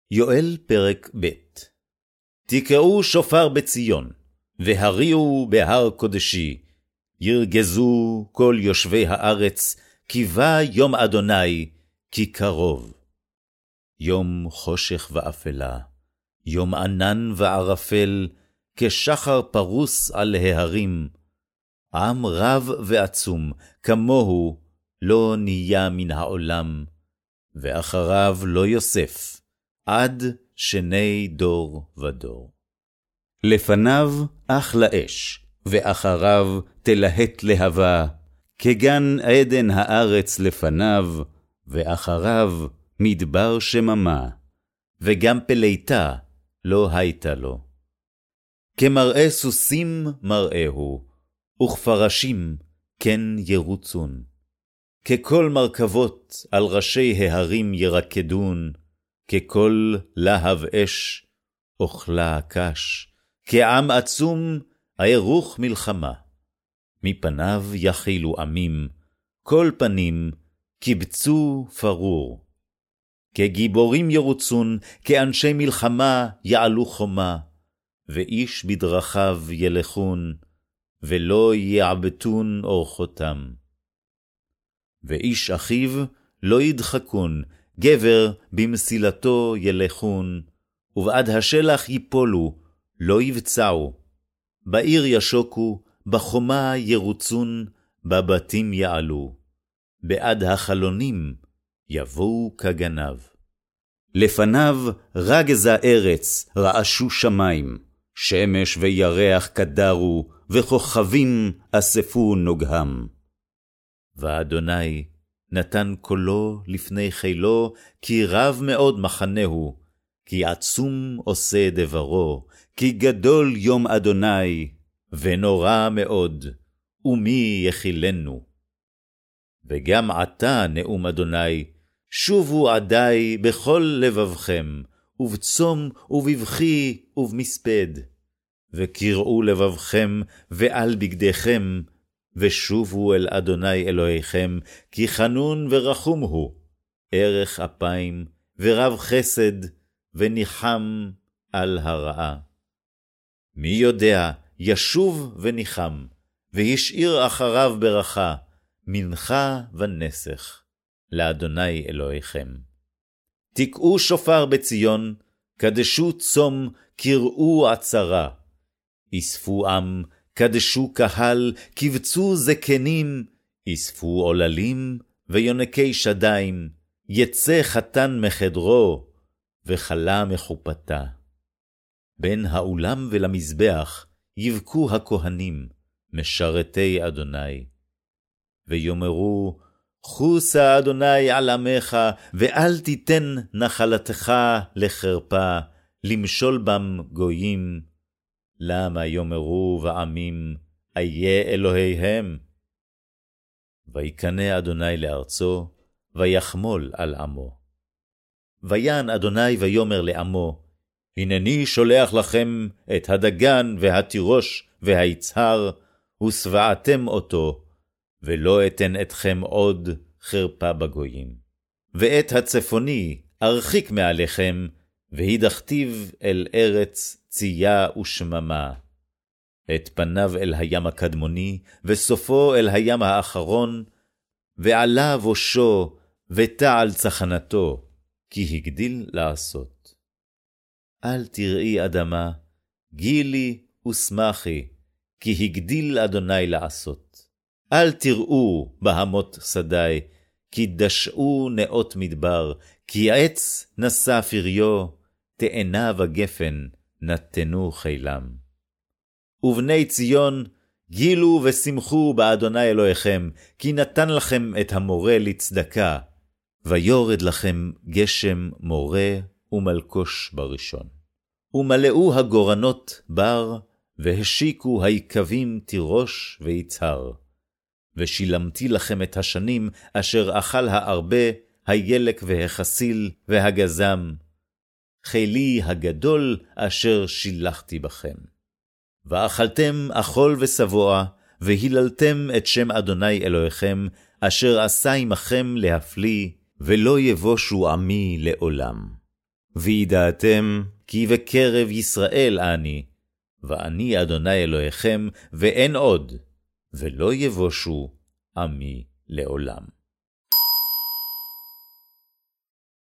יואל פרק ב'. תקראו שופר בציון, והריעו בהר קודשי, ירגזו כל יושבי הארץ, כי בא יום אדוני, כי קרוב. יום חושך ואפלה, יום ענן וערפל, כשחר פרוס על ההרים. עם רב ועצום, כמוהו לא נהיה מן העולם, ואחריו לא יוסף, עד שני דור ודור. לפניו אך לאש, ואחריו תלהט להבה, כגן עדן הארץ לפניו, ואחריו מדבר שממה, וגם פליטה לא הייתה לו. כמראה סוסים מראהו, וכפרשים כן ירוצון. ככל מרכבות על ראשי ההרים ירקדון, ככל להב אש, אוכלה קש, כעם עצום ערוך מלחמה. מפניו יחילו עמים, כל פנים קיבצו פרור. כגיבורים ירוצון, כאנשי מלחמה יעלו חומה, ואיש בדרכיו ילכון, ולא יעבטון אורחותם. ואיש אחיו לא ידחקון, גבר במסילתו ילכון, ובעד השלח יפולו, לא יבצעו. בעיר ישוקו, בחומה ירוצון, בבתים יעלו. בעד החלונים יבואו כגנב. לפניו רגזה ארץ, רעשו שמיים, שמש וירח קדרו, וכוכבים אספו נוגהם. ואדוני נתן קולו לפני חילו, כי רב מאוד מחנהו, כי עצום עושה דברו, כי גדול יום אדוני, ונורא מאוד, ומי יחילנו. וגם עתה נאום אדוני, שובו עדי בכל לבבכם, ובצום ובבכי ובמספד, וקראו לבבכם ועל בגדיכם, ושובו אל אדוני אלוהיכם, כי חנון ורחום הוא, ערך אפיים ורב חסד, וניחם על הרעה. מי יודע, ישוב וניחם, והשאיר אחריו ברכה, מנחה ונסך, לאדוני אלוהיכם. תקעו שופר בציון, קדשו צום, קראו עצרה. אספו עם, קדשו קהל, קבצו זקנים, אספו עוללים ויונקי שדיים, יצא חתן מחדרו, וחלה מחופתה. בין האולם ולמזבח יבכו הכהנים, משרתי אדוני. ויאמרו, חוסה אדוני על עמך, ואל תיתן נחלתך לחרפה, למשול בם גויים. למה יאמרו בעמים, איה אלוהיהם? ויקנא אדוני לארצו, ויחמול על עמו. ויען אדוני ויאמר לעמו, הנני שולח לכם את הדגן והתירוש והיצהר, ושבעתם אותו, ולא אתן אתכם עוד חרפה בגויים. ואת הצפוני ארחיק מעליכם, והידחתיו אל ארץ צייה ושממה. את פניו אל הים הקדמוני, וסופו אל הים האחרון, ועלה בושו, ותעל צחנתו, כי הגדיל לעשות. אל תראי אדמה, גילי ושמחי, כי הגדיל אדוני לעשות. אל תראו בהמות שדי, כי דשאו נאות מדבר, כי עץ נשא פריו, תאנה וגפן נתנו חילם. ובני ציון, גילו ושמחו באדוני אלוהיכם, כי נתן לכם את המורה לצדקה, ויורד לכם גשם מורה ומלקוש בראשון. ומלאו הגורנות בר, והשיקו היקבים תירוש ויצהר. ושילמתי לכם את השנים אשר אכל הארבה, הילק והחסיל והגזם, חילי הגדול אשר שילחתי בכם. ואכלתם אכול ושבוע, והיללתם את שם אדוני אלוהיכם, אשר עשה עמכם להפליא, ולא יבושו עמי לעולם. וידעתם כי בקרב ישראל אני, ואני אדוני אלוהיכם, ואין עוד, ולא יבושו עמי לעולם.